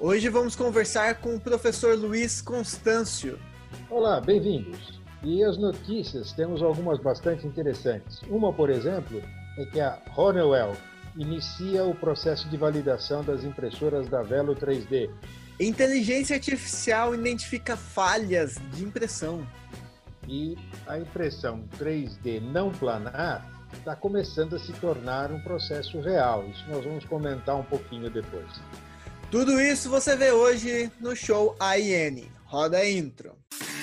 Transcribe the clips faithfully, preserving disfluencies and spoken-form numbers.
Hoje vamos conversar com o professor Luiz Constâncio. Olá, bem-vindos. E as notícias, temos algumas bastante interessantes. Uma, por exemplo, é que a Honeywell inicia o processo de validação das impressoras da Velo três D. Inteligência artificial identifica falhas de impressão. E a impressão três D não planar está começando a se tornar um processo real. Isso nós vamos comentar um pouquinho depois. Tudo isso você vê hoje no show A I N. Roda a intro.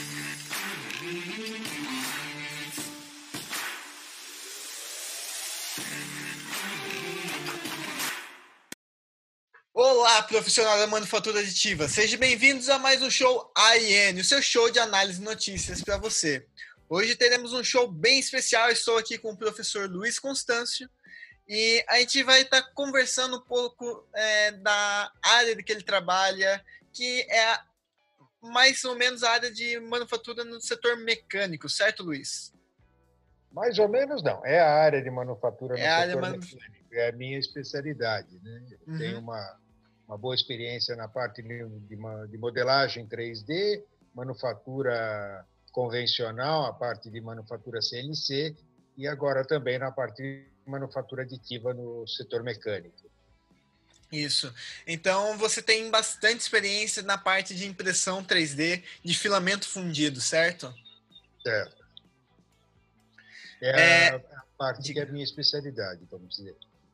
Olá, profissional da manufatura aditiva. Sejam bem-vindos a mais um show A I N, o seu show de análise de notícias para você. Hoje teremos um show bem especial. Estou aqui com o professor Luiz Constâncio e a gente vai estar conversando um pouco é, da área que ele trabalha, que é a, mais ou menos a área de manufatura no setor mecânico, certo, Luiz? Mais ou menos não. É a área de manufatura no é a setor manuf... mecânico. É a minha especialidade, né? Eu uhum. tenho uma, uma boa experiência na parte de, de modelagem três D, manufatura convencional, a parte de manufatura C N C, e agora também na parte de manufatura aditiva no setor mecânico. Isso. Então, você tem bastante experiência na parte de impressão três D, de filamento fundido, certo? Certo. É, É, a parte de... que é a minha especialidade, vamos dizer.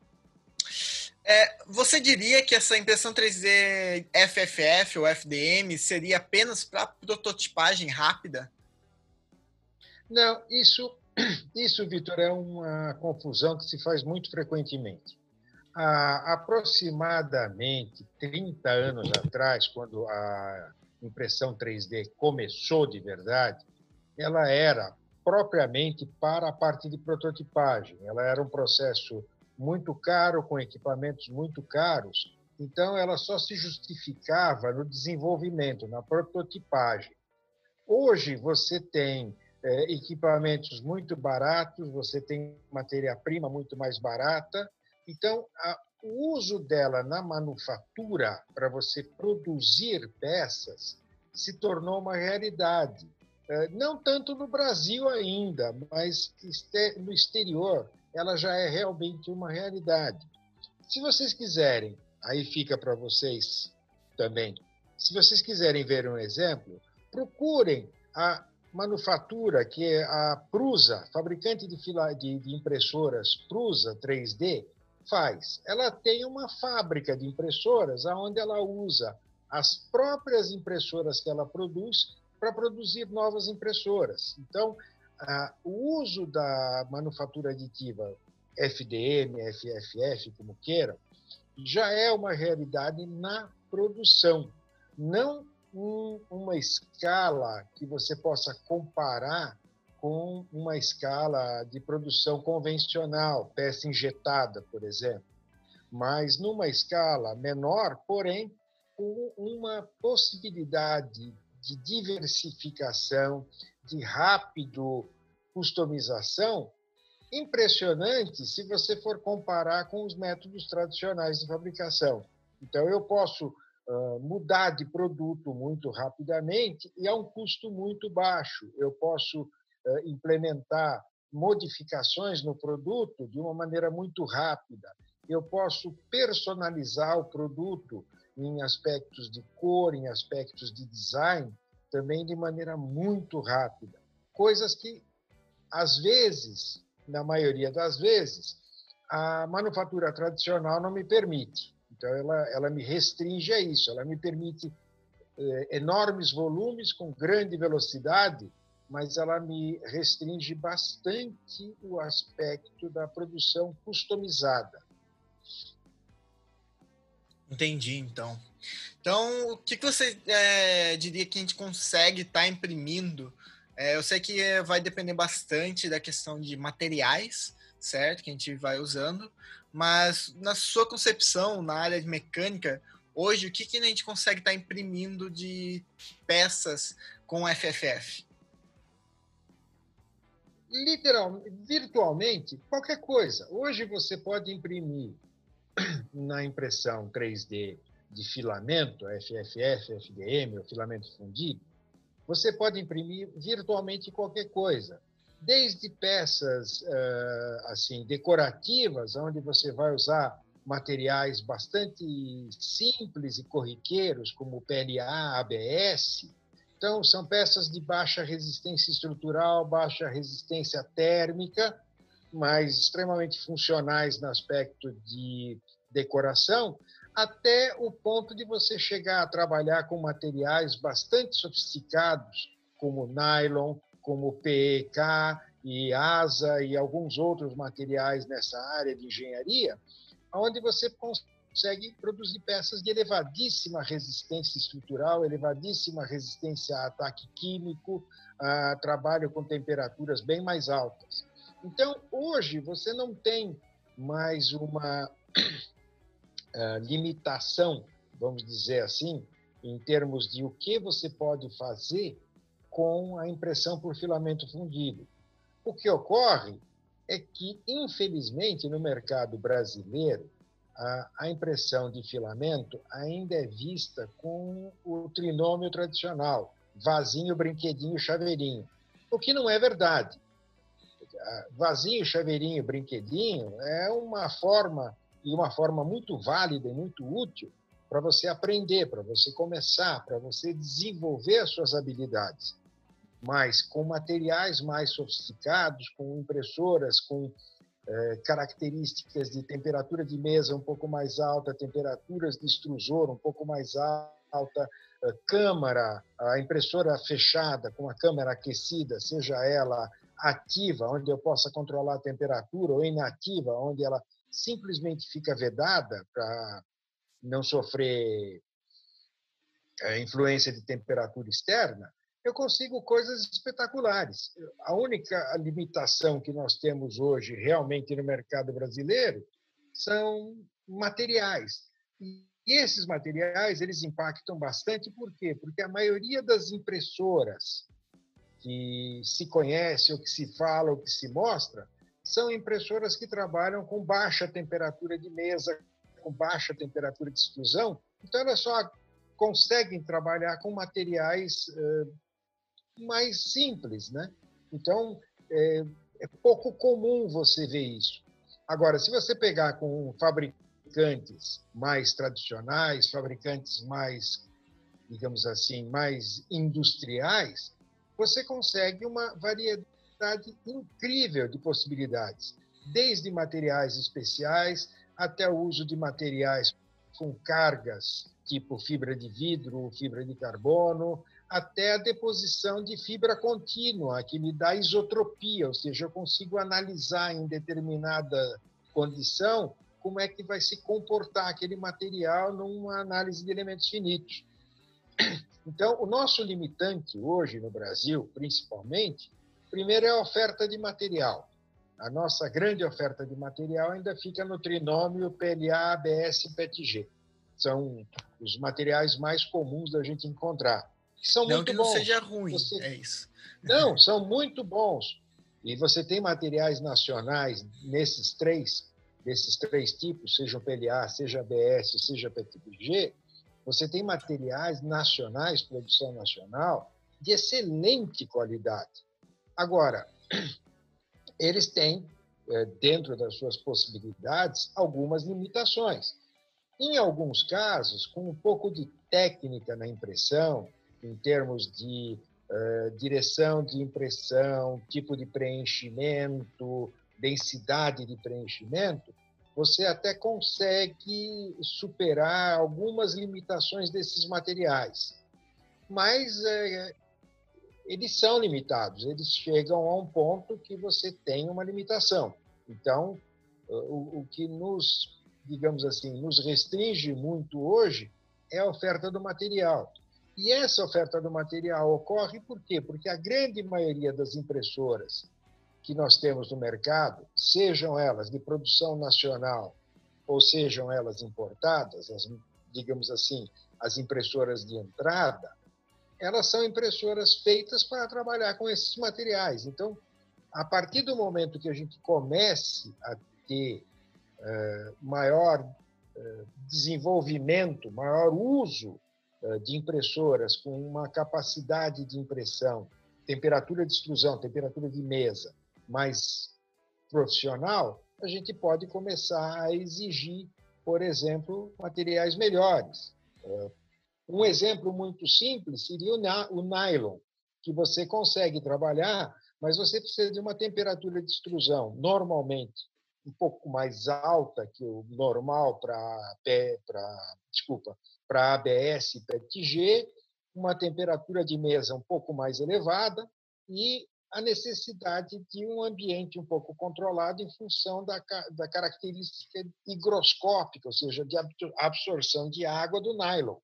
É, você diria que essa impressão três D F F F ou F D M seria apenas para prototipagem rápida? Não, isso, isso, Vitor, é uma confusão que se faz muito frequentemente. Há aproximadamente trinta anos atrás, quando a impressão três D começou de verdade, ela era propriamente para a parte de prototipagem. Ela era um processo muito caro, com equipamentos muito caros, então ela só se justificava no desenvolvimento, na prototipagem. Hoje você tem é, equipamentos muito baratos, você tem matéria-prima muito mais barata, então a, o uso dela na manufatura para você produzir peças se tornou uma realidade. É, não tanto no Brasil ainda, mas este, no exterior ela já é realmente uma realidade. Se vocês quiserem, aí fica para vocês também, se vocês quiserem ver um exemplo, procurem a manufatura, que é a Prusa, fabricante de, fila, de, de impressoras Prusa três D, faz. Ela tem uma fábrica de impressoras onde ela usa as próprias impressoras que ela produz para produzir novas impressoras. Então, ah, o uso da manufatura aditiva F D M, F F F, como queiram, já é uma realidade na produção. Não em uma escala que você possa comparar com uma escala de produção convencional, peça injetada, por exemplo, mas numa escala menor, porém, com uma possibilidade de diversificação, de rápido customização, impressionante se você for comparar com os métodos tradicionais de fabricação. Então, eu posso uh, mudar de produto muito rapidamente e a um custo muito baixo. Eu posso uh, implementar modificações no produto de uma maneira muito rápida. Eu posso personalizar o produto em aspectos de cor, em aspectos de design, também de maneira muito rápida. Coisas que, às vezes, na maioria das vezes, a manufatura tradicional não me permite. Então, ela, ela me restringe a isso. Ela me permite eh, enormes volumes com grande velocidade, mas ela me restringe bastante o aspecto da produção customizada. Entendi, então. Então, o que, que você é, diria que a gente consegue estar tá imprimindo? É, eu sei que vai depender bastante da questão de materiais, certo? Que a gente vai usando, mas na sua concepção, na área de mecânica, hoje, o que, que a gente consegue estar tá imprimindo de peças com F F F? Literalmente, virtualmente, qualquer coisa. Hoje você pode imprimir na impressão três D de filamento, F F F, F D M, ou filamento fundido, você pode imprimir virtualmente qualquer coisa, desde peças assim decorativas, onde você vai usar materiais bastante simples e corriqueiros, como P L A, A B S. Então, são peças de baixa resistência estrutural, baixa resistência térmica, mas extremamente funcionais no aspecto de decoração, até o ponto de você chegar a trabalhar com materiais bastante sofisticados, como nylon, como P E K e ASA e alguns outros materiais nessa área de engenharia, onde você consegue produzir peças de elevadíssima resistência estrutural, elevadíssima resistência a ataque químico, a trabalho com temperaturas bem mais altas. Então, hoje, você não tem mais uma uh, limitação, vamos dizer assim, em termos de o que você pode fazer com a impressão por filamento fundido. O que ocorre é que, infelizmente, no mercado brasileiro, a, a impressão de filamento ainda é vista com o trinômio tradicional, vasinho, brinquedinho, chaveirinho, o que não é verdade. Vasinho, chaveirinho, brinquedinho é uma forma, e uma forma muito válida e muito útil para você aprender, para você começar, para você desenvolver as suas habilidades. Mas com materiais mais sofisticados, com impressoras, com eh, características de temperatura de mesa um pouco mais alta, temperaturas de extrusor um pouco mais alta, eh, câmara, a impressora fechada com a câmara aquecida, seja ela ativa, onde eu possa controlar a temperatura, ou inativa, onde ela simplesmente fica vedada para não sofrer eh, influência de temperatura externa, eu consigo coisas espetaculares. A única limitação que nós temos hoje realmente no mercado brasileiro são materiais. E esses materiais, eles impactam bastante, por quê? Porque a maioria das impressoras que se conhece, ou que se fala, ou que se mostra, são impressoras que trabalham com baixa temperatura de mesa, com baixa temperatura de extrusão, então elas só conseguem trabalhar com materiais eh, mais simples, né? Então, é, é pouco comum você ver isso. Agora, se você pegar com fabricantes mais tradicionais, fabricantes mais, digamos assim, mais industriais, você consegue uma variedade incrível de possibilidades, desde materiais especiais até o uso de materiais com cargas, tipo fibra de vidro, fibra de carbono, até a deposição de fibra contínua, que me dá isotropia, ou seja, eu consigo analisar em determinada condição como é que vai se comportar aquele material numa análise de elementos finitos. Então, o nosso limitante hoje no Brasil, principalmente, primeiro é a oferta de material. A nossa grande oferta de material ainda fica no trinômio P L A, A B S e P E T G. São os materiais mais comuns da gente encontrar. Que são não muito que não bons. seja ruim, você... é isso. Não, são muito bons. E você tem materiais nacionais nesses três, desses três tipos, seja o P L A, seja A B S, seja P E T G, você tem materiais nacionais, produção nacional, de excelente qualidade. Agora, eles têm, dentro das suas possibilidades, algumas limitações. Em alguns casos, com um pouco de técnica na impressão, em termos de uh, direção de impressão, tipo de preenchimento, densidade de preenchimento, você até consegue superar algumas limitações desses materiais. Mas uh, eles são limitados, eles chegam a um ponto que você tem uma limitação. Então, uh, o, o que nos, digamos assim, nos restringe muito hoje é a oferta do material. E essa oferta do material ocorre por quê? Porque a grande maioria das impressoras que nós temos no mercado, sejam elas de produção nacional ou sejam elas importadas, as, digamos assim, as impressoras de entrada, elas são impressoras feitas para trabalhar com esses materiais. Então, a partir do momento que a gente comece a ter uh, maior desenvolvimento, maior uso de impressoras com uma capacidade de impressão, temperatura de extrusão, temperatura de mesa mais profissional, a gente pode começar a exigir, por exemplo, materiais melhores. Um exemplo muito simples seria o nylon, que você consegue trabalhar, mas você precisa de uma temperatura de extrusão, normalmente, um pouco mais alta que o normal para para desculpa, para A B S e P E T G, uma temperatura de mesa um pouco mais elevada e a necessidade de um ambiente um pouco controlado em função da, da característica higroscópica, ou seja, de absorção de água do nylon.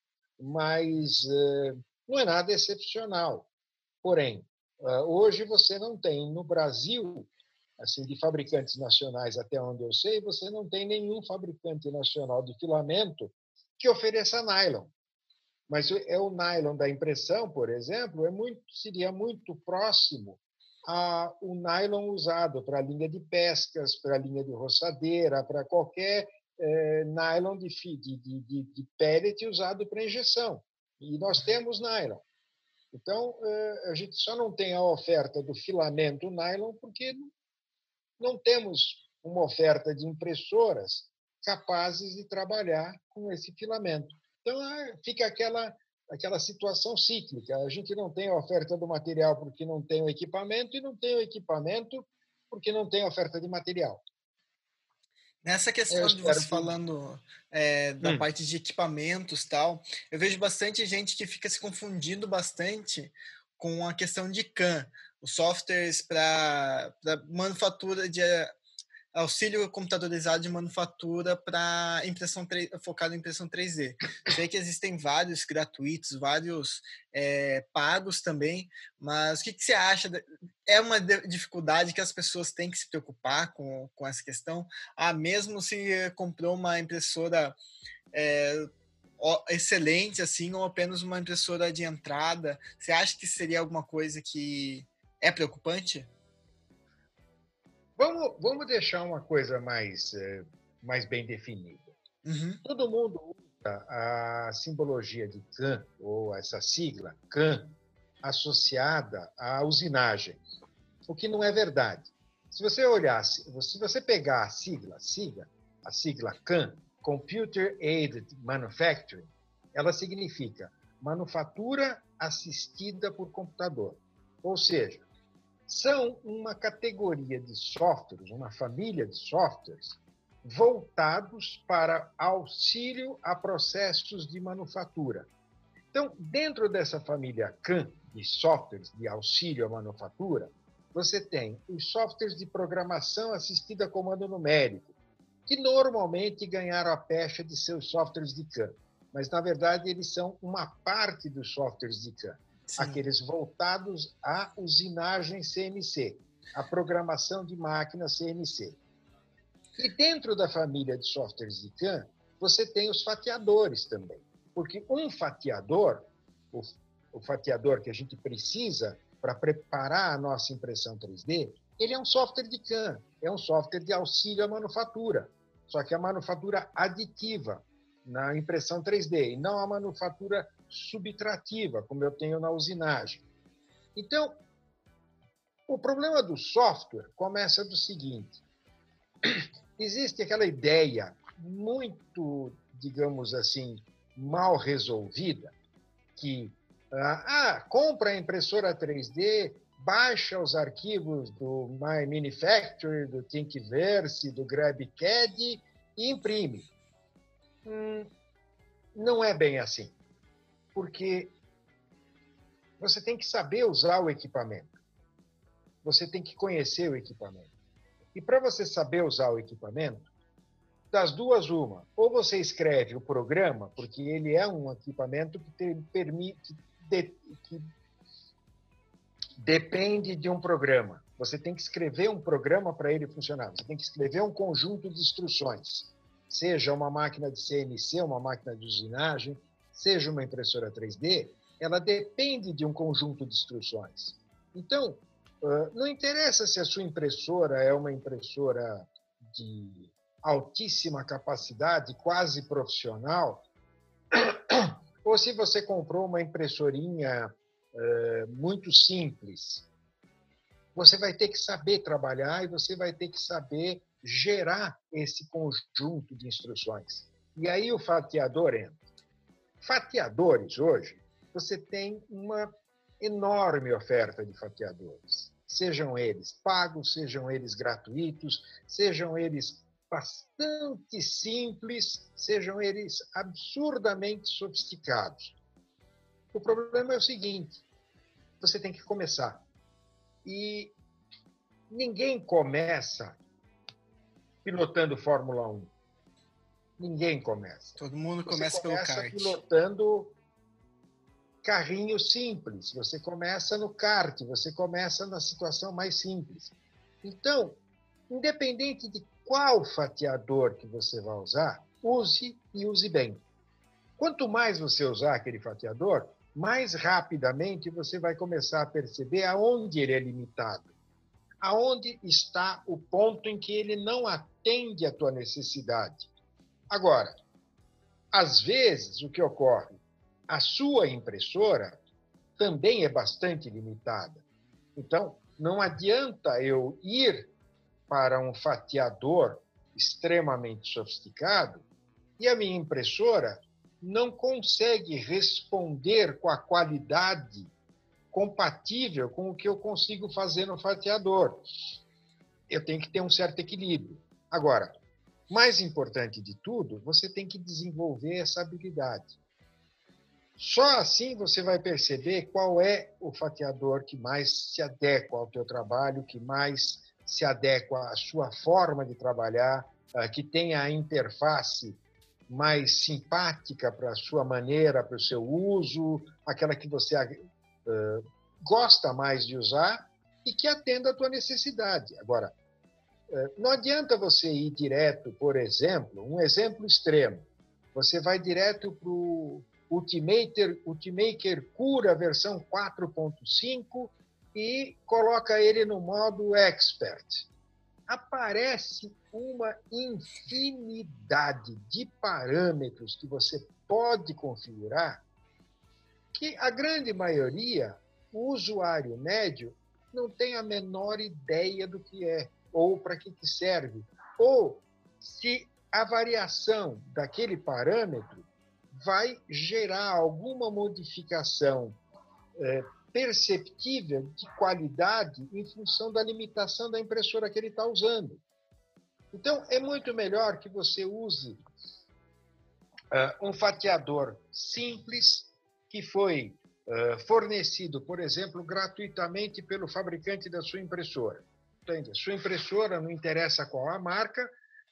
Mas não é nada excepcional. Porém, hoje você não tem no Brasil, assim, de fabricantes nacionais, até onde eu sei, você não tem nenhum fabricante nacional de filamento que ofereça nylon. Mas é o nylon da impressão, por exemplo, é muito, seria muito próximo ao nylon usado para a linha de pescas, para a linha de roçadeira, para qualquer eh, nylon de, de, de, de pellet usado para injeção. E nós temos nylon. Então, a gente só não tem a oferta do filamento nylon porque não temos uma oferta de impressoras capazes de trabalhar com esse filamento. Então, fica aquela, aquela situação cíclica. A gente não tem a oferta do material porque não tem o equipamento e não tem o equipamento porque não tem a oferta de material. Nessa questão de você falando é, da hum. parte de equipamentos e tal, eu vejo bastante gente que fica se confundindo bastante com a questão de C A M, os softwares para manufatura de auxílio computadorizado de manufatura para impressão focado em impressão três D. Sei que existem vários gratuitos, vários é, pagos também, mas o que, que você acha? É uma dificuldade que as pessoas têm que se preocupar com, com essa questão? Ah, mesmo se comprou uma impressora é, excelente, assim, ou apenas uma impressora de entrada, você acha que seria alguma coisa que é preocupante? Vamos, vamos deixar uma coisa mais, mais bem definida. Uhum. Todo mundo usa a simbologia de C A M, ou essa sigla, C A M, associada à usinagem, o que não é verdade. Se você olhar, se você pegar a sigla, sigla, a sigla C A M, Computer Aided Manufacturing, ela significa manufatura assistida por computador. Ou seja, são uma categoria de softwares, uma família de softwares voltados para auxílio a processos de manufatura. Então, dentro dessa família C A M de softwares de auxílio à manufatura, você tem os softwares de programação assistida a comando numérico, que normalmente ganharam a pecha de seus softwares de C A M, mas, na verdade, eles são uma parte dos softwares de C A M. Sim. Aqueles voltados à usinagem C N C, à programação de máquinas C N C. E dentro da família de softwares de C A M, você tem os fatiadores também, porque um fatiador, o, o fatiador que a gente precisa para preparar a nossa impressão três D, ele é um software de C A M, é um software de auxílio à manufatura, só que a manufatura aditiva na impressão três D, e não a manufatura subtrativa, como eu tenho na usinagem. Então, o problema do software começa do seguinte: existe aquela ideia muito, digamos assim, mal resolvida, que, ah, compra a impressora três D, baixa os arquivos do My Manufacturer, do Thingiverse, do GrabCAD e imprime. Hum, não é bem assim. Porque você tem que saber usar o equipamento. Você tem que conhecer o equipamento. E para você saber usar o equipamento, das duas, uma. Ou você escreve o programa, porque ele é um equipamento que te permite, de, que depende de um programa. Você tem que escrever um programa para ele funcionar. Você tem que escrever um conjunto de instruções. Seja uma máquina de C N C, uma máquina de usinagem, seja uma impressora três D, ela depende de um conjunto de instruções. Então, não interessa se a sua impressora é uma impressora de altíssima capacidade, quase profissional, ou se você comprou uma impressorinha uh, muito simples. Você vai ter que saber trabalhar e você vai ter que saber gerar esse conjunto de instruções. E aí o fatiador entra. Fatiadores, hoje, você tem uma enorme oferta de fatiadores. Sejam eles pagos, sejam eles gratuitos, sejam eles bastante simples, sejam eles absurdamente sofisticados. O problema é o seguinte, você tem que começar. E ninguém começa pilotando Fórmula um. Ninguém começa. Todo mundo você começa, começa pelo kart. pilotando carrinho simples. Você começa no kart, você começa na situação mais simples. Então, independente de qual fatiador que você vai usar, use e use bem. Quanto mais você usar aquele fatiador, mais rapidamente você vai começar a perceber aonde ele é limitado. Aonde está o ponto em que ele não atende à tua necessidade. Agora, às vezes, o que ocorre? A sua impressora também é bastante limitada. Então, não adianta eu ir para um fatiador extremamente sofisticado e a minha impressora não consegue responder com a qualidade compatível com o que eu consigo fazer no fatiador. Eu tenho que ter um certo equilíbrio. Agora, mais importante de tudo, você tem que desenvolver essa habilidade. Só assim você vai perceber qual é o fatiador que mais se adequa ao teu trabalho, que mais se adequa à sua forma de trabalhar, que tenha a interface mais simpática para a sua maneira, para o seu uso, aquela que você uh, gosta mais de usar e que atenda à tua necessidade. Agora, uh, não adianta você ir direto, por exemplo, um exemplo extremo, você vai direto para o Ultimaker, Ultimaker Cura versão quatro ponto cinco e coloca ele no modo Expert. Aparece uma infinidade de parâmetros que você pode configurar que a grande maioria, o usuário médio, não tem a menor ideia do que é, ou para que, que serve, ou se a variação daquele parâmetro vai gerar alguma modificação é, perceptível de qualidade em função da limitação da impressora que ele está usando. Então, é muito melhor que você use uh, um fatiador simples que foi uh, fornecido, por exemplo, gratuitamente pelo fabricante da sua impressora. Entende? A sua impressora, não interessa qual a marca,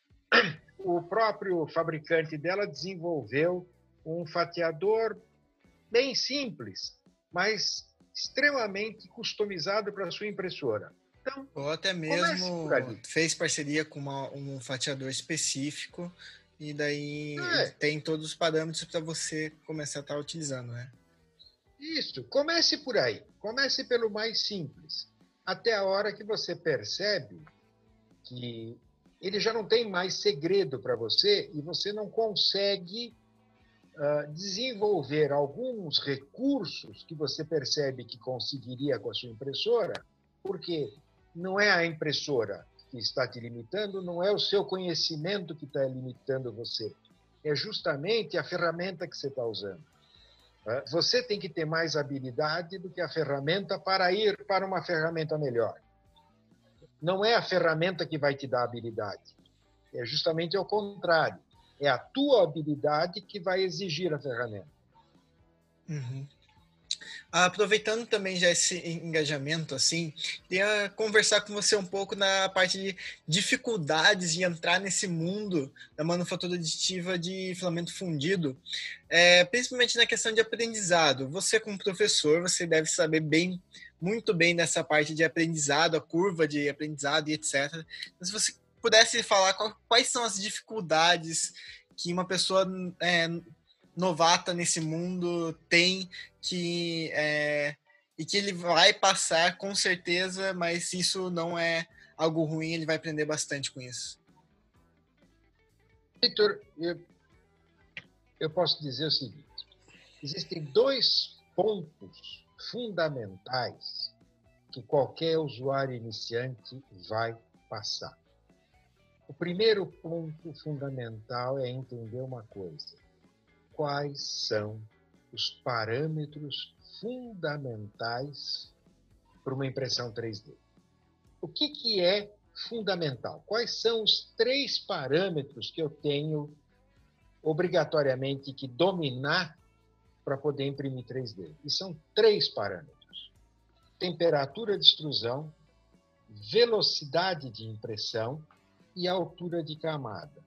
o próprio fabricante dela desenvolveu um fatiador bem simples, mas extremamente customizado para a sua impressora. Então, ou até mesmo fez parceria com uma, um fatiador específico e daí é. tem todos os parâmetros para você começar a estar utilizando, né? Isso, comece por aí. Comece pelo mais simples. Até a hora que você percebe que ele já não tem mais segredo para você e você não consegue Uh, desenvolver alguns recursos que você percebe que conseguiria com a sua impressora, porque não é a impressora que está te limitando, não é o seu conhecimento que está limitando você, é justamente a ferramenta que você está usando. Uh, você tem que ter mais habilidade do que a ferramenta para ir para uma ferramenta melhor. Não é a ferramenta que vai te dar habilidade, é justamente ao contrário. É a tua habilidade que vai exigir a ferramenta. Uhum. Aproveitando também já esse engajamento, assim, queria conversar com você um pouco na parte de dificuldades de entrar nesse mundo da manufatura aditiva de filamento fundido, é, principalmente na questão de aprendizado. Você, como professor, você deve saber bem, muito bem dessa parte de aprendizado, a curva de aprendizado e etcétera. Então, se você pudesse falar quais são as dificuldades que uma pessoa é, novata nesse mundo tem que, é, e que ele vai passar com certeza, mas isso não é algo ruim, ele vai aprender bastante com isso. Vitor, eu, eu posso dizer o seguinte: existem dois pontos fundamentais que qualquer usuário iniciante vai passar. O primeiro ponto fundamental é entender uma coisa: quais são os parâmetros fundamentais para uma impressão três D. O que, que é fundamental? Quais são os três parâmetros que eu tenho obrigatoriamente que dominar para poder imprimir três D? E são três parâmetros: temperatura de extrusão, velocidade de impressão e altura de camada.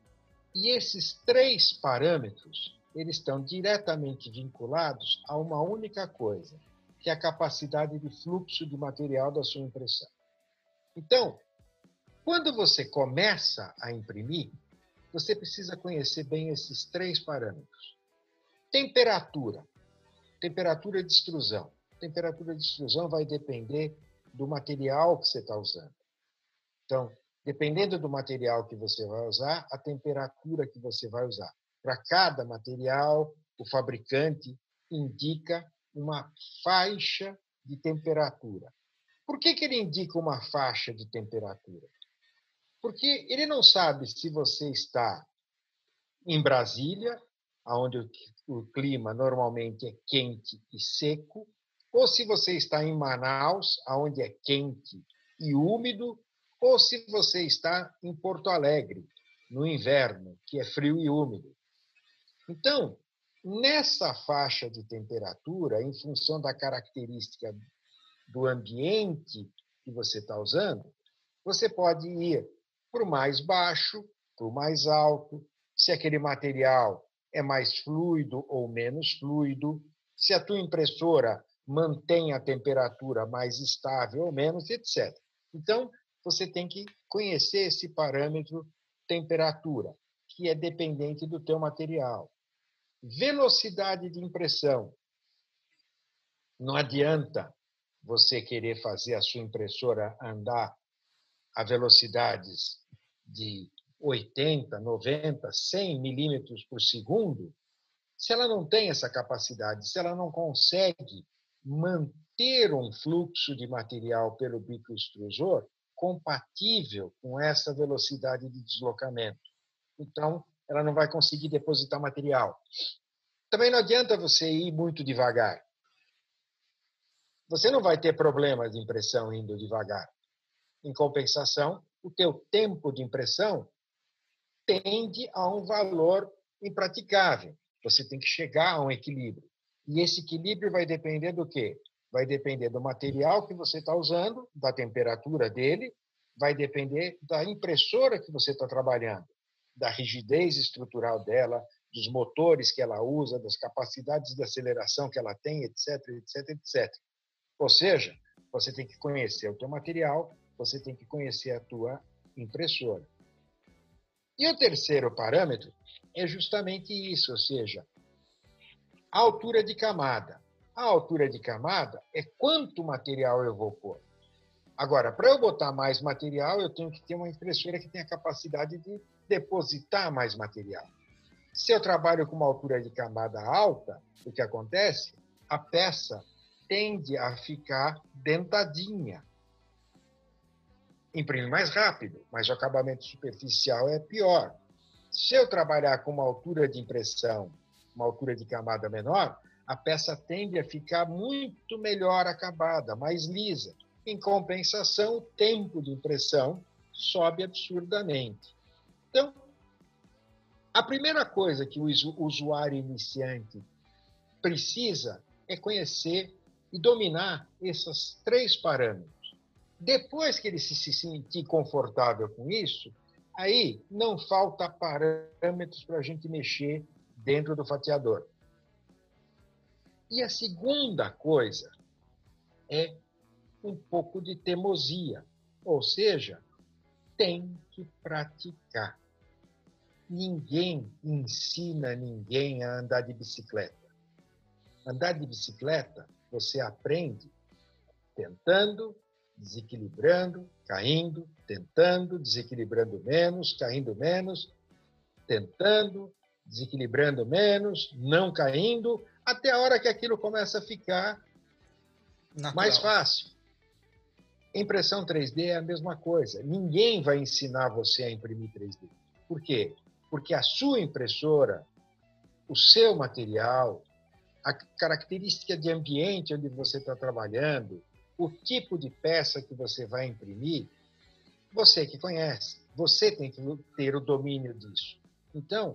E esses três parâmetros, eles estão diretamente vinculados a uma única coisa, que é a capacidade de fluxo de material da sua impressão. Então, quando você começa a imprimir, você precisa conhecer bem esses três parâmetros. Temperatura. Temperatura de extrusão. Temperatura de extrusão vai depender do material que você está usando. Então, dependendo do material que você vai usar, a temperatura que você vai usar. Para cada material, o fabricante indica uma faixa de temperatura. Por que, que ele indica uma faixa de temperatura? Porque ele não sabe se você está em Brasília, onde o clima normalmente é quente e seco, ou se você está em Manaus, onde é quente e úmido, ou se você está em Porto Alegre, no inverno, que é frio e úmido. Então, nessa faixa de temperatura, em função da característica do ambiente que você está usando, você pode ir para o mais baixo, para o mais alto, se aquele material é mais fluido ou menos fluido, se a tua impressora mantém a temperatura mais estável ou menos, etcétera. Então, você tem que conhecer esse parâmetro temperatura, que é dependente do teu material. Velocidade de impressão. Não adianta você querer fazer a sua impressora andar a velocidades de oitenta, noventa, cem milímetros por segundo, se ela não tem essa capacidade, se ela não consegue manter um fluxo de material pelo bico extrusor compatível com essa velocidade de deslocamento. Então, ela não vai conseguir depositar material. Também não adianta você ir muito devagar. Você não vai ter problemas de impressão indo devagar. Em compensação, o teu tempo de impressão tende a um valor impraticável. Você tem que chegar a um equilíbrio. E esse equilíbrio vai depender do quê? Vai depender do material que você está usando, da temperatura dele, vai depender da impressora que você está trabalhando, da rigidez estrutural dela, dos motores que ela usa, das capacidades de aceleração que ela tem, etc, etc, etcétera. Ou seja, você tem que conhecer o teu material, você tem que conhecer a tua impressora. E o terceiro parâmetro é justamente isso, ou seja, a altura de camada. A altura de camada é quanto material eu vou pôr. Agora, para eu botar mais material, eu tenho que ter uma impressora que tenha capacidade de depositar mais material. Se eu trabalho com uma altura de camada alta, o que acontece? A peça tende a ficar dentadinha. Imprime mais rápido, mas o acabamento superficial é pior. Se eu trabalhar com uma altura de impressão, uma altura de camada menor, a peça tende a ficar muito melhor acabada, mais lisa. Em compensação, o tempo de impressão sobe absurdamente. Então, a primeira coisa que o usuário iniciante precisa é conhecer e dominar esses três parâmetros. Depois que ele se sentir confortável com isso, aí não falta parâmetros para a gente mexer dentro do fatiador. E a segunda coisa é um pouco de teimosia, ou seja, tem que praticar. Ninguém ensina ninguém a andar de bicicleta. Andar de bicicleta, você aprende tentando, desequilibrando, caindo, tentando, desequilibrando menos, caindo menos. tentando, desequilibrando menos, não caindo, até a hora que aquilo começa a ficar Natural. mais fácil. Impressão três D é a mesma coisa. Ninguém vai ensinar você a imprimir três D. Por quê? Porque a sua impressora, o seu material, a característica de ambiente onde você está trabalhando, o tipo de peça que você vai imprimir, você que conhece, você tem que ter o domínio disso. Então,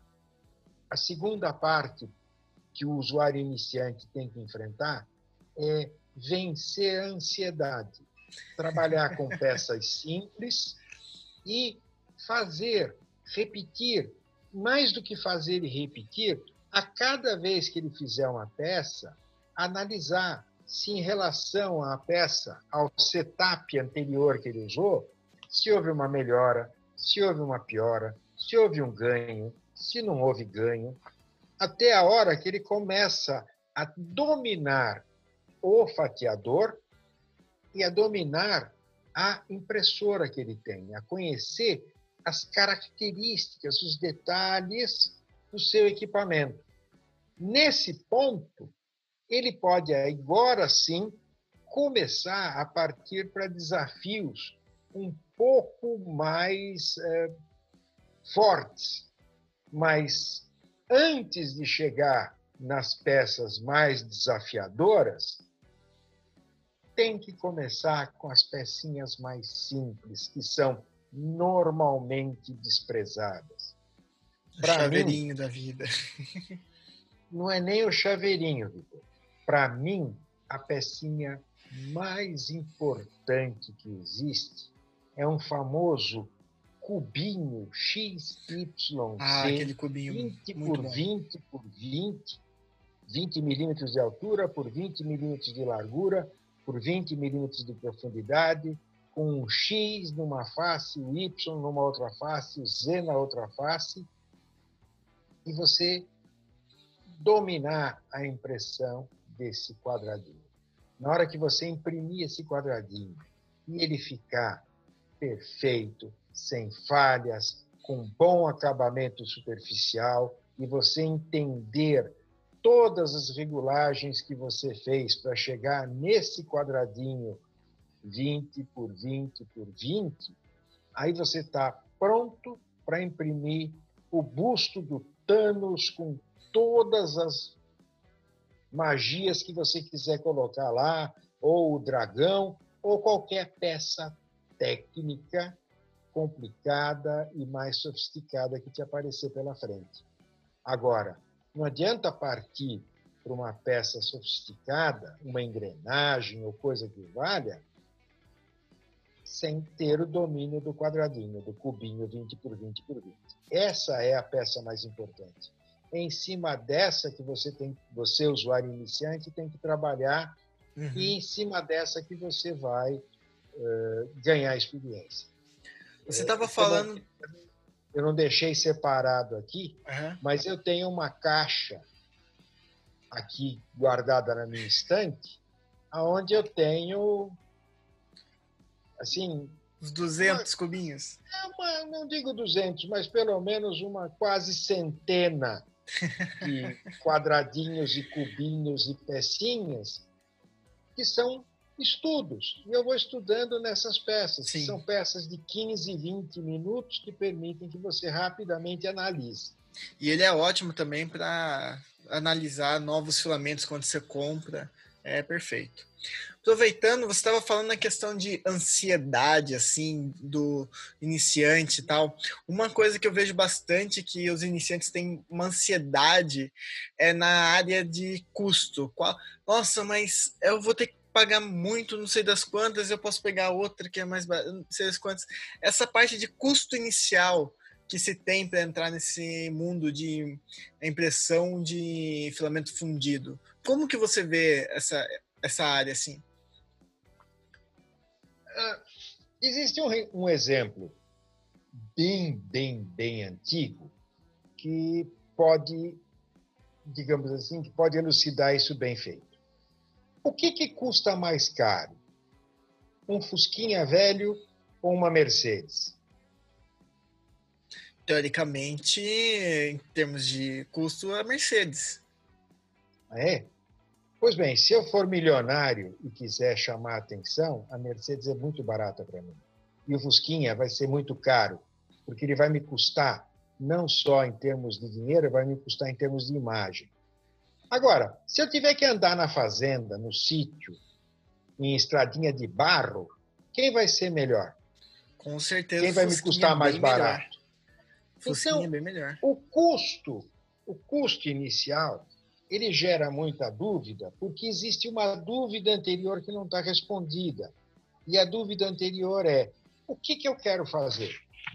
a segunda parte que o usuário iniciante tem que enfrentar é vencer a ansiedade. Trabalhar com peças simples e fazer, repetir, mais do que fazer e repetir, a cada vez que ele fizer uma peça, analisar se em relação à peça, ao setup anterior que ele usou, se houve uma melhora, se houve uma piora, se houve um ganho, se não houve ganho, até a hora que ele começa a dominar o fatiador e a dominar a impressora que ele tem, a conhecer as características, os detalhes do seu equipamento. Nesse ponto, ele pode agora sim começar a partir para desafios um pouco mais é, fortes, mas antes de chegar nas peças mais desafiadoras, tem que começar com as pecinhas mais simples, que são normalmente desprezadas. O chaveirinho mim, da vida. Não é nem o chaveirinho, Vitor. Para mim, a pecinha mais importante que existe é um famoso cubinho X Y C, ah, aquele cubinho vinte muito por bom. vinte por vinte, vinte milímetros de altura por vinte milímetros de largura, por vinte milímetros de profundidade, com um X numa face, o Y numa outra face, o Z na outra face, e você dominar a impressão desse quadradinho. Na hora que você imprimir esse quadradinho e ele ficar perfeito, sem falhas, com bom acabamento superficial, e você entender todas as regulagens que você fez para chegar nesse quadradinho vinte por vinte por vinte, aí você está pronto para imprimir o busto do Thanos com todas as magias que você quiser colocar lá, ou o dragão, ou qualquer peça técnica complicada e mais sofisticada que te aparecer pela frente. Agora, não adianta partir para uma peça sofisticada, uma engrenagem ou coisa que valha, sem ter o domínio do quadradinho, do cubinho vinte por vinte por vinte. Essa é a peça mais importante. É em cima dessa que você tem, você, usuário iniciante, tem que trabalhar, uhum. E em cima dessa que você vai uh, ganhar experiência. Você estava é, falando... Eu não deixei separado aqui, uhum. Mas eu tenho uma caixa aqui guardada na minha estante, onde eu tenho, assim... Os duzentos uma, cubinhos? É uma, não digo duzentos, mas pelo menos uma quase centena de quadradinhos e cubinhos e pecinhas que são estudos. E eu vou estudando nessas peças, Sim. que são peças de quinze, vinte minutos que permitem que você rapidamente analise. E ele é ótimo também para analisar novos filamentos quando você compra. É perfeito. Aproveitando, você estava falando na questão de ansiedade, assim, do iniciante e tal. Uma coisa que eu vejo bastante que os iniciantes têm uma ansiedade é na área de custo. Qual... Nossa, mas eu vou ter que pagar muito, não sei das quantas, eu posso pegar outra que é mais barata, não sei das quantas. Essa parte de custo inicial que se tem para entrar nesse mundo de impressão de filamento fundido. Como que você vê essa, essa área assim? Uh, existe um, um exemplo bem, bem, bem antigo que pode, digamos assim, que pode elucidar isso bem feito. O que, que custa mais caro? Um Fusquinha velho ou uma Mercedes? Teoricamente, em termos de custo, a Mercedes. É? Pois bem, se eu for milionário e quiser chamar a atenção, a Mercedes é muito barata para mim. E o Fusquinha vai ser muito caro, porque ele vai me custar, não só em termos de dinheiro, vai me custar em termos de imagem. Agora, se eu tiver que andar na fazenda, no sítio, em estradinha de barro, quem vai ser melhor? Com certeza Quem o vai me Fusquinha é custar mais bem melhor. barato? O Fusquinha é Então, bem melhor. o custo, o custo inicial, ele gera muita dúvida, porque existe uma dúvida anterior que não está respondida. E a dúvida anterior é: o que, que eu quero fazer?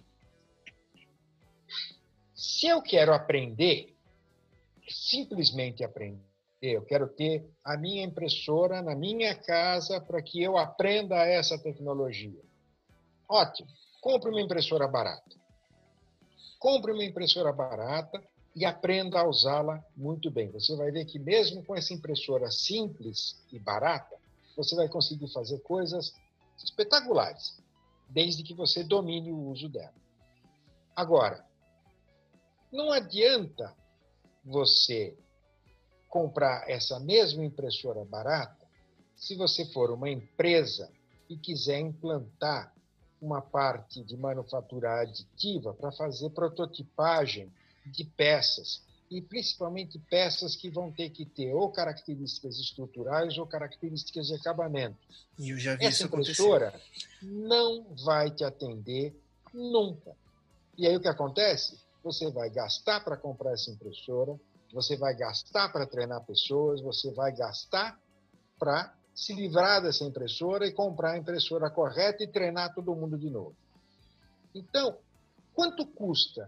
Se eu quero aprender, simplesmente aprender, eu quero ter a minha impressora na minha casa para que eu aprenda essa tecnologia. Ótimo, compre uma impressora barata. Compre uma impressora barata e aprenda a usá-la muito bem. Você vai ver que mesmo com essa impressora simples e barata, você vai conseguir fazer coisas espetaculares, desde que você domine o uso dela. Agora, não adianta você comprar essa mesma impressora barata se você for uma empresa e quiser implantar uma parte de manufatura aditiva para fazer prototipagem de peças, e principalmente peças que vão ter que ter ou características estruturais ou características de acabamento. E eu já vi Essa isso impressora acontecer. não vai te atender nunca. E aí o que acontece? Você vai gastar para comprar essa impressora, você vai gastar para treinar pessoas, você vai gastar para se livrar dessa impressora e comprar a impressora correta e treinar todo mundo de novo. Então, quanto custa?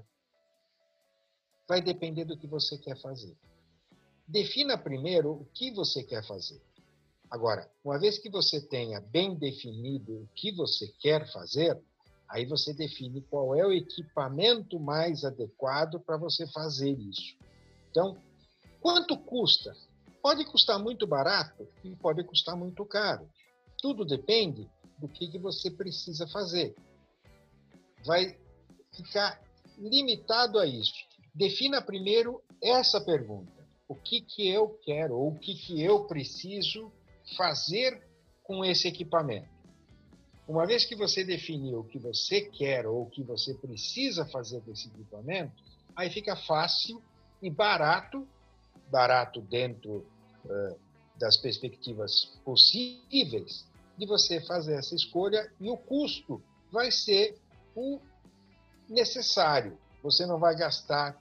Vai depender do que você quer fazer. Defina primeiro o que você quer fazer. Agora, uma vez que você tenha bem definido o que você quer fazer, aí você define qual é o equipamento mais adequado para você fazer isso. Então, quanto custa? Pode custar muito barato e pode custar muito caro. Tudo depende do que, que você precisa fazer. Vai ficar limitado a isso. Defina primeiro essa pergunta. O que, que eu quero ou o que, que eu preciso fazer com esse equipamento? Uma vez que você definiu o que você quer ou o que você precisa fazer com esse equipamento, aí fica fácil e barato, barato dentro uh, das perspectivas possíveis, de você fazer essa escolha, e o custo vai ser o necessário. Você não vai gastar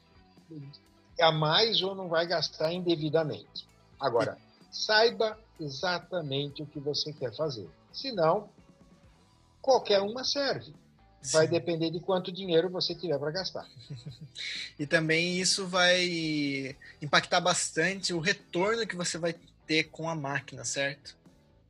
a mais ou não vai gastar indevidamente. Agora, saiba exatamente o que você quer fazer. Senão, qualquer uma serve. Vai Sim. depender de quanto dinheiro você tiver para gastar. E também isso vai impactar bastante o retorno que você vai ter com a máquina, certo?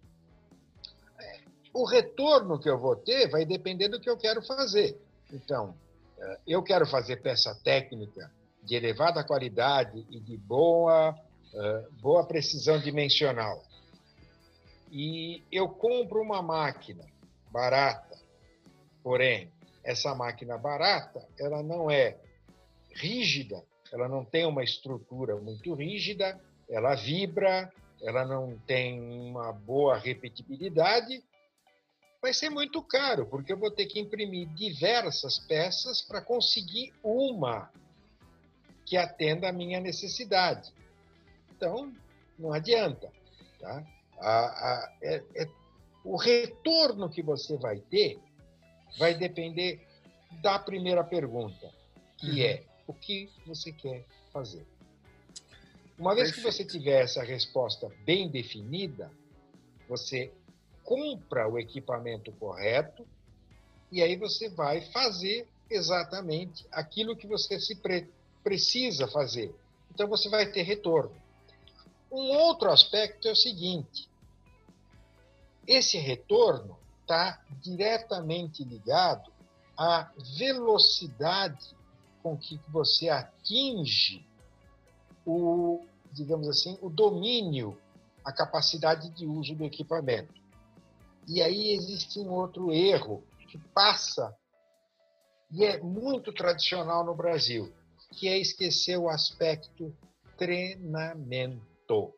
O retorno que eu vou ter vai depender do que eu quero fazer. Então, eu quero fazer peça técnica de elevada qualidade e de boa, boa precisão dimensional. E eu compro uma máquina barata, porém, essa máquina barata, ela não é rígida, ela não tem uma estrutura muito rígida, ela vibra, ela não tem uma boa repetibilidade, vai ser muito caro, porque eu vou ter que imprimir diversas peças para conseguir uma que atenda à minha necessidade. Então, não adianta. Tá? A, a, é, é, o retorno que você vai ter vai depender da primeira pergunta, que uhum. é o que você quer fazer. Uma vez Perfeito. que você tiver essa resposta bem definida, você compra o equipamento correto e aí você vai fazer exatamente aquilo que você se pre- precisa fazer. Então, você vai ter retorno. Um outro aspecto é o seguinte: esse retorno está diretamente ligado à velocidade com que você atinge o, digamos assim, o domínio, a capacidade de uso do equipamento. E aí existe um outro erro que passa e é muito tradicional no Brasil, que é esquecer o aspecto treinamento.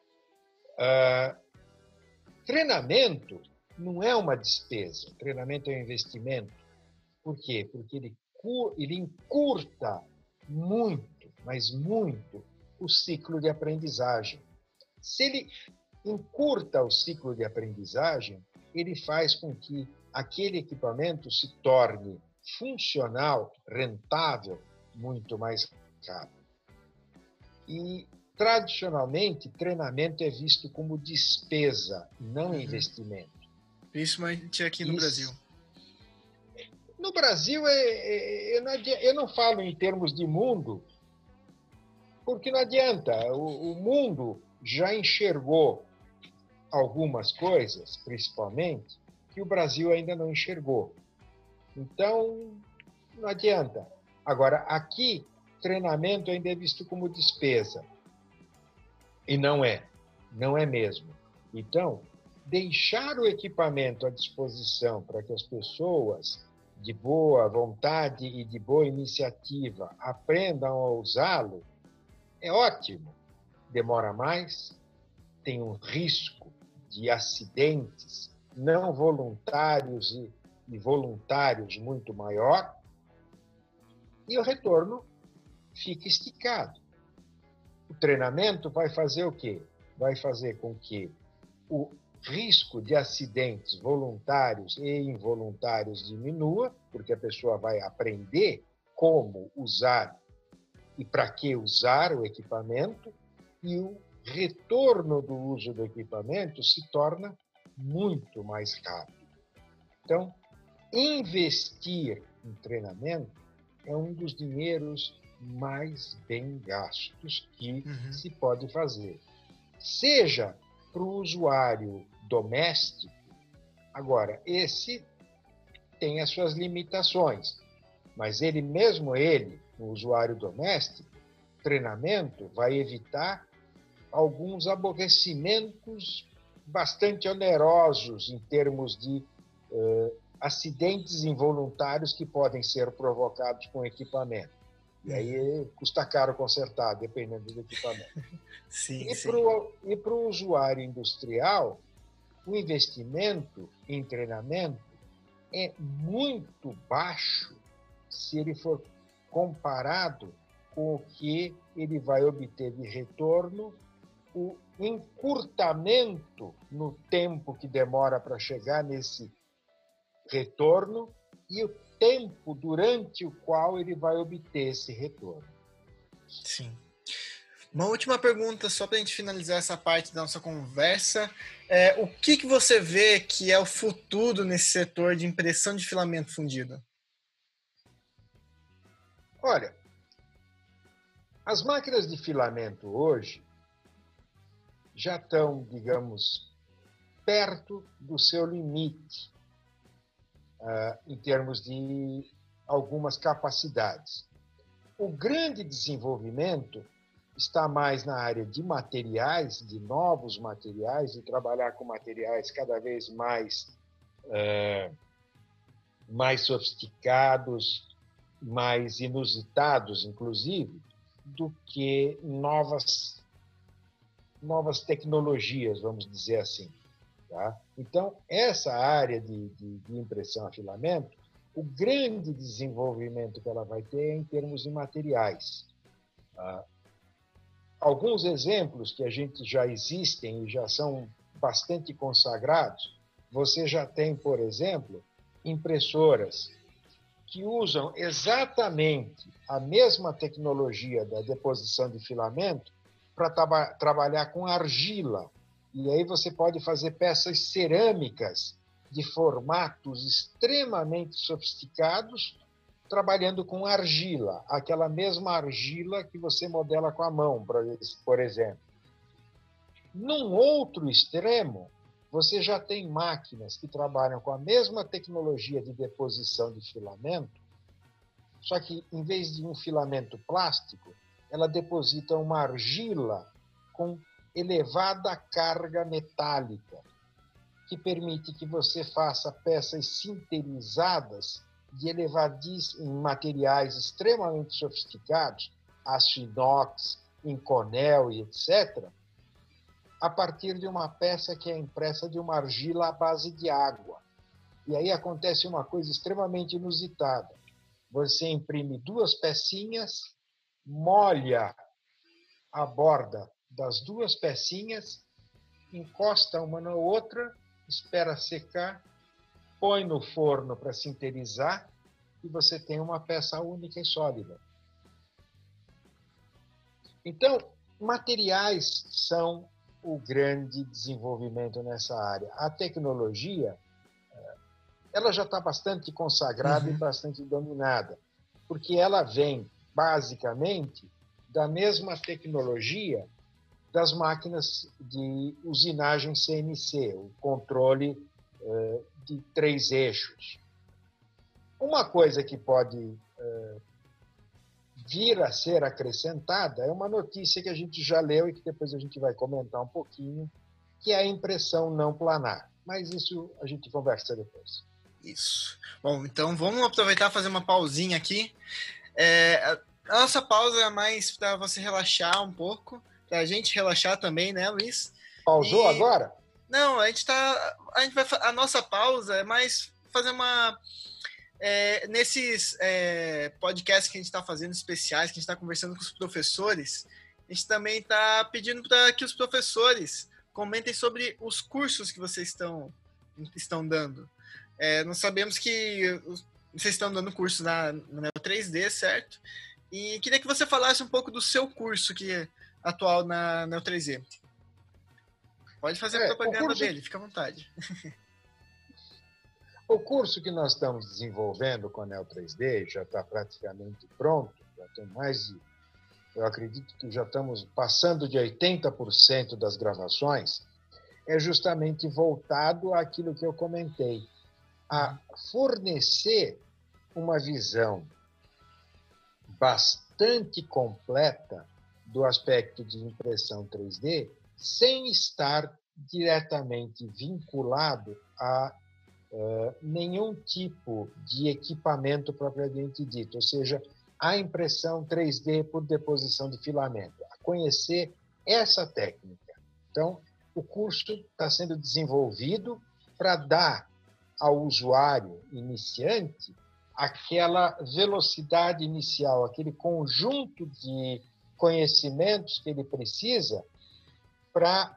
Uh, treinamento não é uma despesa, treinamento é um investimento. Por quê? Porque ele, ele encurta muito, mas muito, o ciclo de aprendizagem. Se ele encurta o ciclo de aprendizagem, ele faz com que aquele equipamento se torne funcional, rentável, muito mais rápido. E, tradicionalmente, treinamento é visto como despesa, não uhum. investimento. Principalmente aqui no Isso. Brasil. No Brasil, é, é, eu, não adianta, eu não falo em termos de mundo, porque não adianta. O, o mundo já enxergou algumas coisas, principalmente, que o Brasil ainda não enxergou. Então, não adianta. Agora, aqui, treinamento ainda é visto como despesa. E não é. Não é mesmo. Então, deixar o equipamento à disposição para que as pessoas de boa vontade e de boa iniciativa aprendam a usá-lo é ótimo. Demora mais, tem um risco de acidentes não voluntários e, e voluntários muito maior, e o retorno fica esticado. O treinamento vai fazer o quê? Vai fazer com que o risco de acidentes voluntários e involuntários diminua, porque a pessoa vai aprender como usar e para que usar o equipamento, e o retorno do uso do equipamento se torna muito mais rápido. Então, investir em treinamento é um dos dinheiros mais bem gastos que uhum. se pode fazer. Seja para o usuário doméstico, agora, esse tem as suas limitações, mas ele mesmo, ele, o usuário doméstico, treinamento vai evitar alguns aborrecimentos bastante onerosos em termos de uh, acidentes involuntários que podem ser provocados com equipamento. E aí custa caro consertar, dependendo do equipamento. Sim, e para o usuário industrial, o investimento em treinamento é muito baixo se ele for comparado com o que ele vai obter de retorno, o encurtamento no tempo que demora para chegar nesse retorno e o tempo durante o qual ele vai obter esse retorno. Sim. Uma última pergunta, só para a gente finalizar essa parte da nossa conversa. É, o que, que você vê que é o futuro nesse setor de impressão de filamento fundido? Olha, as máquinas de filamento hoje já estão, digamos, perto do seu limite uh, em termos de algumas capacidades. O grande desenvolvimento está mais na área de materiais, de novos materiais, de trabalhar com materiais cada vez mais, uh, mais sofisticados, mais inusitados, inclusive, do que novas, novas tecnologias, vamos dizer assim. Tá? Então, essa área de, de, de impressão a filamento, o grande desenvolvimento que ela vai ter é em termos de materiais. Tá? Alguns exemplos que a gente já existem e já são bastante consagrados, você já tem, por exemplo, impressoras que usam exatamente a mesma tecnologia da deposição de filamento para traba- trabalhar com argila. E aí você pode fazer peças cerâmicas de formatos extremamente sofisticados, trabalhando com argila, aquela mesma argila que você modela com a mão, por exemplo. Num outro extremo, você já tem máquinas que trabalham com a mesma tecnologia de deposição de filamento, só que, em vez de um filamento plástico, ela deposita uma argila com elevada carga metálica, que permite que você faça peças sinterizadas de elevadíssimos, em materiais extremamente sofisticados, aço inox, Inconel e etcétera, a partir de uma peça que é impressa de uma argila à base de água. E aí acontece uma coisa extremamente inusitada. Você imprime duas pecinhas, molha a borda das duas pecinhas, encosta uma na outra, espera secar, põe no forno para sinterizar e você tem uma peça única e sólida. Então, materiais são o grande desenvolvimento nessa área. A tecnologia, ela já está bastante consagrada uhum. e bastante dominada, porque ela vem, basicamente, da mesma tecnologia das máquinas de usinagem C N C, o controle uh, de três eixos. Uma coisa que pode uh, vir a ser acrescentada é uma notícia que a gente já leu e que depois a gente vai comentar um pouquinho, que é a impressão não planar. Mas isso a gente conversa depois. Isso. Bom, então vamos aproveitar e fazer uma pausinha aqui. É, a nossa pausa é mais para você relaxar um pouco, para a gente relaxar também, né, Luiz? Pausou e... agora? Não, a gente tá. A, gente vai, a nossa pausa é mais fazer uma. É, nesses é, podcasts que a gente está fazendo, especiais, que a gente está conversando com os professores, a gente também está pedindo para que os professores comentem sobre os cursos que vocês estão, estão dando. É, nós sabemos que vocês estão dando curso na, na Neo três D, certo? E queria que você falasse um pouco do seu curso que é atual na Neo três D. Pode fazer a é, propaganda curso... dele, fica à vontade. O curso que nós estamos desenvolvendo com a Neo três D já está praticamente pronto, já tem mais de, eu acredito que já estamos passando de oitenta por cento das gravações, é justamente voltado àquilo que eu comentei, a fornecer uma visão bastante completa do aspecto de impressão três D, sem estar diretamente vinculado a Uh, nenhum tipo de equipamento propriamente dito, ou seja, a impressão três D por deposição de filamento, a conhecer essa técnica. Então, o curso está sendo desenvolvido para dar ao usuário iniciante aquela velocidade inicial, aquele conjunto de conhecimentos que ele precisa para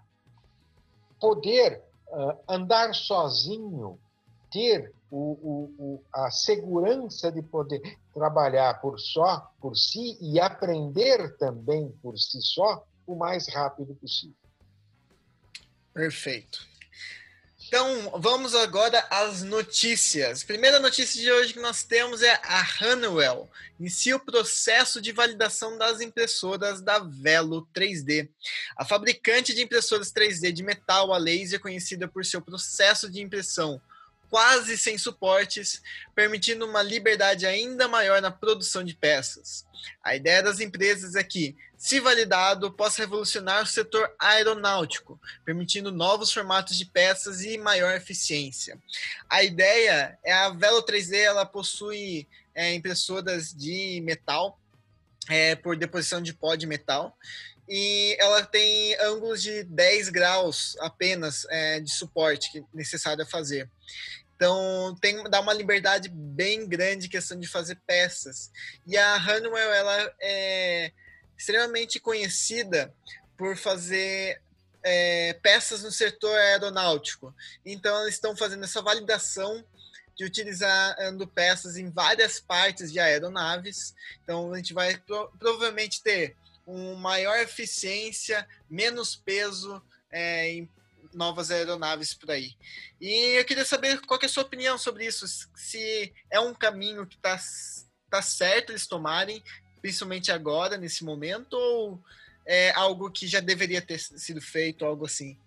poder uh, andar sozinho, ter o, o, o, a segurança de poder trabalhar por só, por si, e aprender também por si só o mais rápido possível. Perfeito. Então, vamos agora às notícias. Primeira notícia de hoje que nós temos é a Honeywell inicia o processo de validação das impressoras da Velo três D. A fabricante de impressoras três D de metal a laser, conhecida por seu processo de impressão quase sem suportes, permitindo uma liberdade ainda maior na produção de peças. A ideia das empresas é que, se validado, possa revolucionar o setor aeronáutico, permitindo novos formatos de peças e maior eficiência. A ideia é a Velo três D, ela possui é, impressoras de metal, é, por deposição de pó de metal, e ela tem ângulos de dez graus apenas é, de suporte que é necessário fazer. Então, tem, dá uma liberdade bem grande em questão de fazer peças. E a Honeywell, ela é extremamente conhecida por fazer é, peças no setor aeronáutico. Então, eles estão fazendo essa validação de utilizando peças em várias partes de aeronaves. Então, a gente vai pro, provavelmente ter uma maior eficiência, menos peso é, em novas aeronaves por aí. E eu queria saber qual que é a sua opinião sobre isso, se é um caminho que está tá certo eles tomarem, principalmente agora, nesse momento, ou é algo que já deveria ter sido feito, algo assim?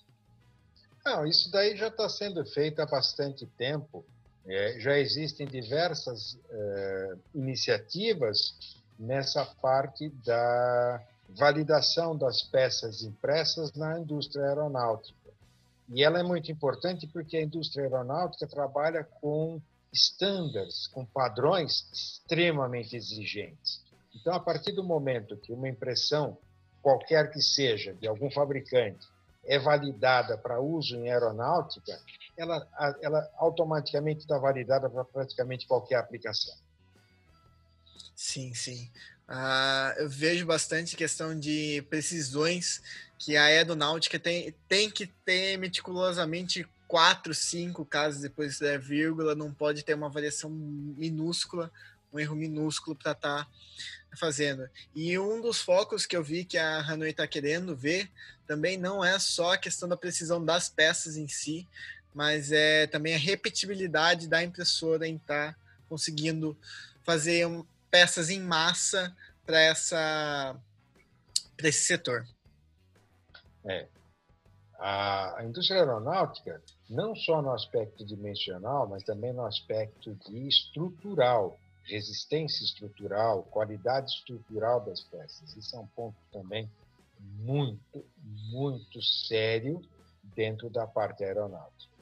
Não, isso daí já está sendo feito há bastante tempo. É, já existem diversas é, iniciativas nessa parte da validação das peças impressas na indústria aeronáutica. E ela é muito importante porque a indústria aeronáutica trabalha com estándares, com padrões extremamente exigentes. Então, a partir do momento que uma impressão, qualquer que seja, de algum fabricante, é validada para uso em aeronáutica, ela, ela automaticamente está validada para praticamente qualquer aplicação. Sim, sim. Uh, eu vejo bastante questão de precisões que a aeronáutica tem, tem que ter meticulosamente quatro, cinco casos depois da vírgula, não pode ter uma variação minúscula, um erro minúsculo para estar tá fazendo. E um dos focos que eu vi que a Hanoi está querendo ver também não é só a questão da precisão das peças em si, mas é também a repetibilidade da impressora em estar tá conseguindo fazer um, peças em massa para essa para esse setor. É. A indústria aeronáutica, não só no aspecto dimensional, mas também no aspecto de estrutural, resistência estrutural, qualidade estrutural das peças. Isso é um ponto também muito, muito sério dentro da parte aeronáutica.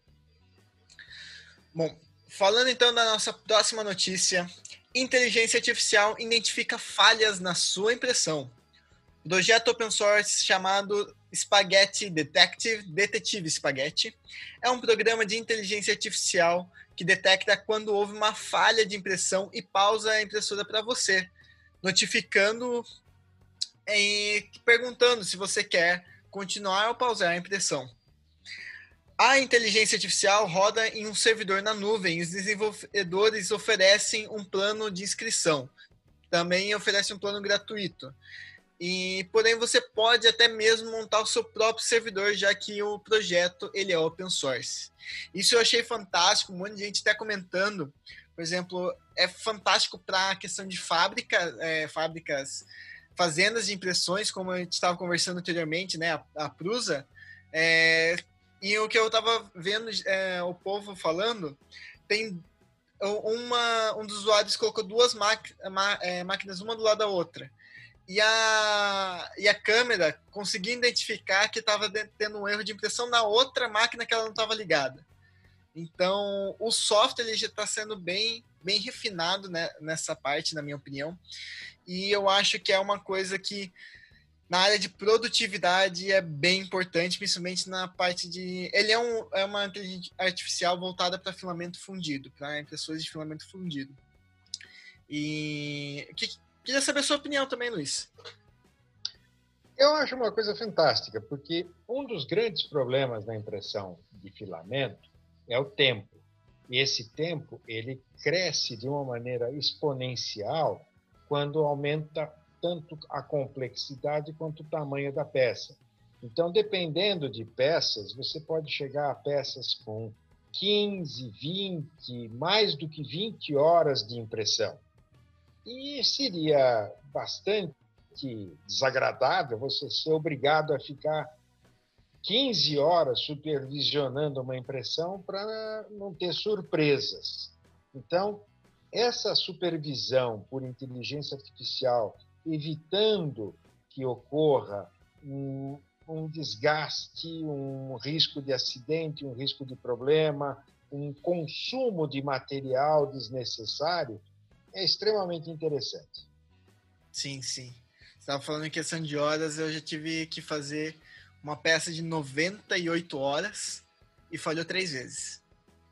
Bom, falando então da nossa próxima notícia, inteligência artificial identifica falhas na sua impressão. O projeto open source chamado Spaghetti Detective, Detetive Spaghetti, é um programa de inteligência artificial que detecta quando houve uma falha de impressão e pausa a impressora para você, notificando e perguntando se você quer continuar ou pausar a impressão. A inteligência artificial roda em um servidor na nuvem e os desenvolvedores oferecem um plano de inscrição. Também oferecem um plano gratuito. E, porém, você pode até mesmo montar o seu próprio servidor, já que o projeto ele é open source. Isso eu achei fantástico, um monte de gente está comentando. Por exemplo, é fantástico para a questão de fábrica, é, fábricas, fazendas de impressões, como a gente estava conversando anteriormente, né, a, a Prusa. É, e o que eu estava vendo é, o povo falando, tem uma, um dos usuários colocou duas máquinas, uma do lado da outra. E a, e a câmera conseguia identificar que estava tendo um erro de impressão na outra máquina que ela não estava ligada. Então, o software ele já está sendo bem, bem refinado, né, nessa parte, na minha opinião. E eu acho que é uma coisa que, na área de produtividade, é bem importante, principalmente na parte de... Ele é, um, é uma inteligência artificial voltada para filamento fundido, para impressoras de filamento fundido. E... Que, Queria saber a sua opinião também, Luiz. Eu acho uma coisa fantástica, porque um dos grandes problemas da impressão de filamento é o tempo. E esse tempo ele cresce de uma maneira exponencial quando aumenta tanto a complexidade quanto o tamanho da peça. Então, dependendo de peças, você pode chegar a peças com quinze, vinte, mais do que vinte horas de impressão. E seria bastante desagradável você ser obrigado a ficar quinze horas supervisionando uma impressão para não ter surpresas. Então, essa supervisão por inteligência artificial, evitando que ocorra um, um desgaste, um risco de acidente, um risco de problema, um consumo de material desnecessário, é extremamente interessante. Sim, sim. Você estava falando em questão de horas, eu já tive que fazer uma peça de noventa e oito horas e falhou três vezes.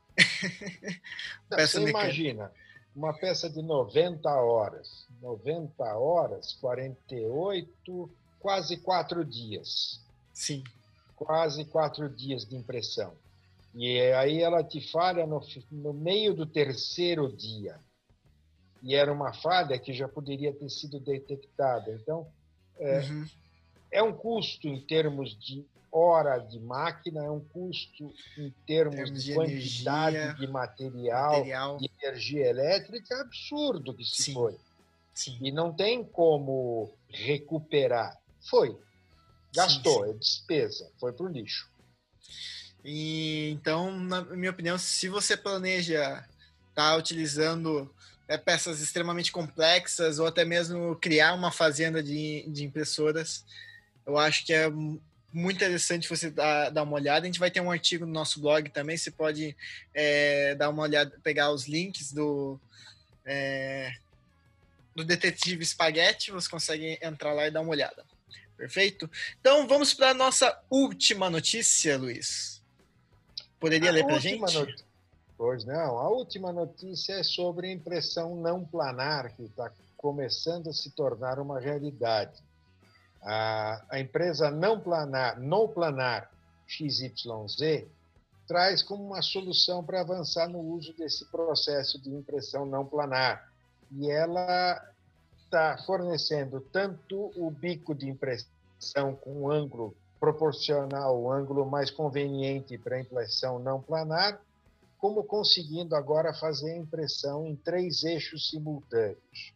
Não, você mecânica. Imagina, uma peça de noventa horas, noventa horas, quarenta e oito, quase quatro dias. Sim. Quase quatro dias de impressão. E aí ela te falha no, no meio do terceiro dia. E era uma falha que já poderia ter sido detectada. Então, é, uhum. é um custo em termos de hora de máquina, é um custo em termos, termos de, de quantidade energia, de material, material, de energia elétrica, absurdo que se Sim. foi. Sim. E não tem como recuperar. Foi. Gastou, sim, sim. é despesa, foi para o lixo. E, então, na minha opinião, se você planeja estar tá utilizando é, peças extremamente complexas ou até mesmo criar uma fazenda de, de impressoras, eu acho que é muito interessante você dar, dar uma olhada. A gente vai ter um artigo no nosso blog também, você pode é, dar uma olhada, pegar os links do, é, do Detetive Spaghetti, você consegue entrar lá e dar uma olhada. Perfeito? Então, vamos para a nossa última notícia, Luiz. Poderia a ler para a gente? Not... Pois não. A última notícia é sobre a impressão não planar, que está começando a se tornar uma realidade. A, a empresa não planar, não planar X Y Z traz como uma solução para avançar no uso desse processo de impressão não planar. E ela está fornecendo tanto o bico de impressão com um ângulo proporcional, o ângulo mais conveniente para a impressão não planar, como conseguindo agora fazer a impressão em três eixos simultâneos.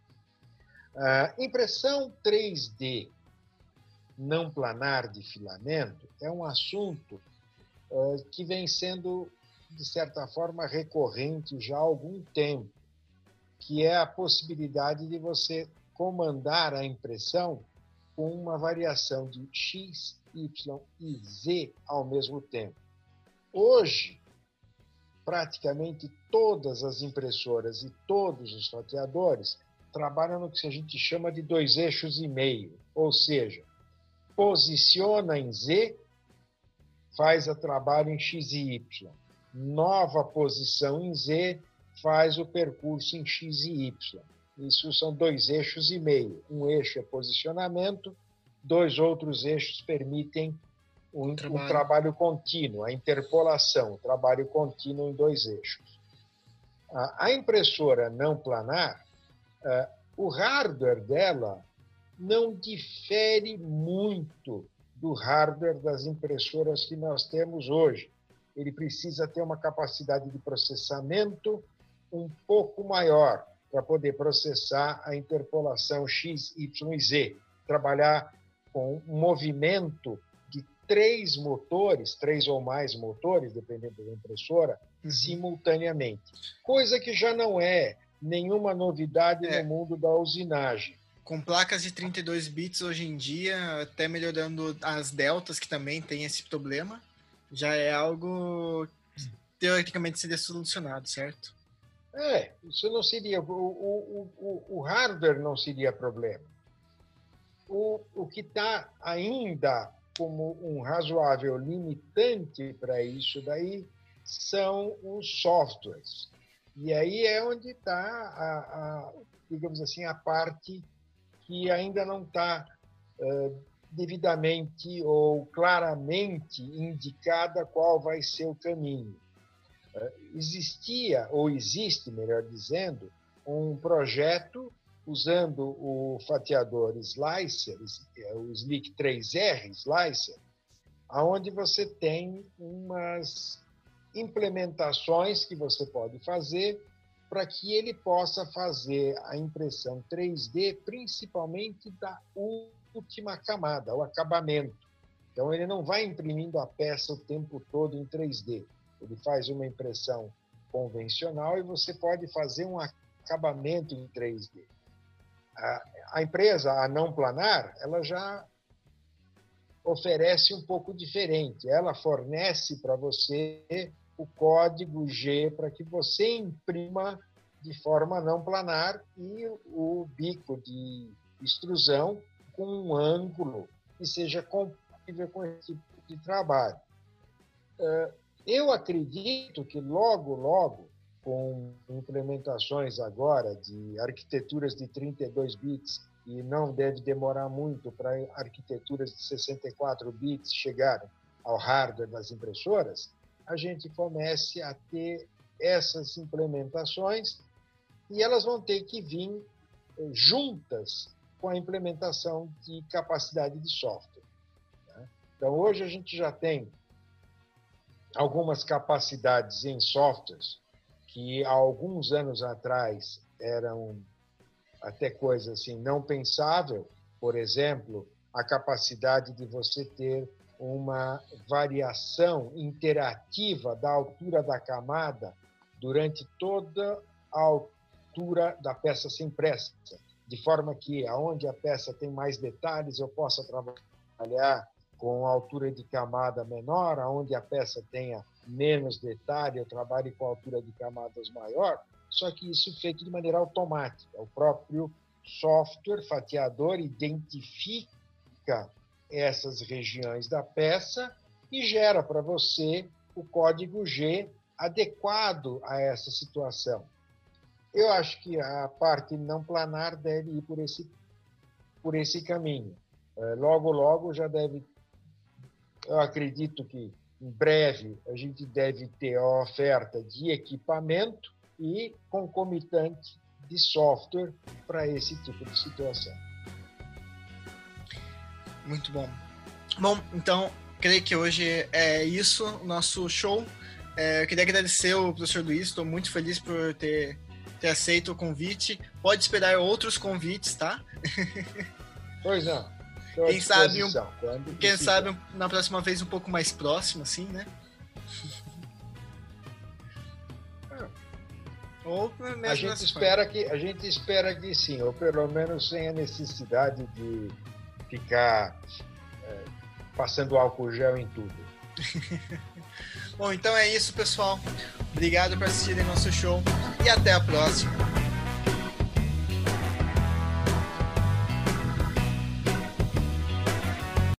A impressão três D não planar de filamento é um assunto uh, que vem sendo, de certa forma, recorrente já há algum tempo, que é a possibilidade de você comandar a impressão com uma variação de X, Y e Z ao mesmo tempo. Hoje, praticamente todas as impressoras e todos os fatiadores trabalham no que a gente chama de dois eixos e meio, ou seja, posiciona em Z, faz o trabalho em X e Y. Nova posição em Z, faz o percurso em X e Y. Isso são dois eixos e meio. Um eixo é posicionamento, dois outros eixos permitem um trabalho, um trabalho contínuo, a interpolação, o trabalho contínuo em dois eixos. A impressora não planar, o hardware dela não difere muito do hardware das impressoras que nós temos hoje. Ele precisa ter uma capacidade de processamento um pouco maior para poder processar a interpolação X, Y e Z, trabalhar com um movimento de três motores, três ou mais motores, dependendo da impressora, uhum. simultaneamente. Coisa que já não é nenhuma novidade é. no mundo da usinagem. Com placas de trinta e dois bits hoje em dia, até melhorando as deltas, que também tem esse problema, já é algo que teoricamente seria solucionado, certo? É, isso não seria... O, o, o, o hardware não seria problema. O, o que está ainda como um razoável limitante para isso daí são os softwares. E aí é onde está, a, a, digamos assim, a parte que ainda não está uh, devidamente ou claramente indicada qual vai ser o caminho. Uh, existia, ou existe, melhor dizendo, um projeto usando o fatiador Slicer, o Slic três R Slicer, onde você tem umas implementações que você pode fazer para que ele possa fazer a impressão três D, principalmente da última camada, o acabamento. Então, ele não vai imprimindo a peça o tempo todo em três D. Ele faz uma impressão convencional e você pode fazer um acabamento em três D. A, a empresa, a Não Planar, ela já oferece um pouco diferente. Ela fornece para você o código G para que você imprima de forma não planar e o bico de extrusão com um ângulo que seja compatível com esse tipo de trabalho. Eu acredito que logo, logo, com implementações agora de arquiteturas de trinta e dois bits, e não deve demorar muito para arquiteturas de sessenta e quatro bits chegarem ao hardware das impressoras, a gente comece a ter essas implementações e elas vão ter que vir juntas com a implementação de capacidade de software. Então, hoje a gente já tem algumas capacidades em softwares que há alguns anos atrás eram até coisa assim não pensável, por exemplo, a capacidade de você ter uma variação interativa da altura da camada durante toda a altura da peça sem pressa, de forma que aonde a peça tem mais detalhes eu possa trabalhar com altura de camada menor, onde a peça tenha menos detalhe, eu trabalho com altura de camadas maior, só que isso feito de maneira automática. O próprio software fatiador identifica essas regiões da peça e gera para você o código G adequado a essa situação. Eu acho que a parte não planar deve ir por esse, por esse caminho. Logo, logo já deve... Eu acredito que, em breve, a gente deve ter a oferta de equipamento e concomitante de software para esse tipo de situação. Muito bom. Bom, então, creio que hoje é isso, o nosso show. É, eu queria agradecer ao professor Luiz, estou muito feliz por ter, ter aceito o convite. Pode esperar outros convites, tá? Pois não. Quem sabe, um, quem sabe na próxima vez um pouco mais próximo, assim, né? Ou mesmo a gente espera que a gente espera que sim, ou pelo menos sem a necessidade de ficar é, passando álcool gel em tudo. Bom, então é isso, pessoal. Obrigado por assistirem nosso show e até a próxima.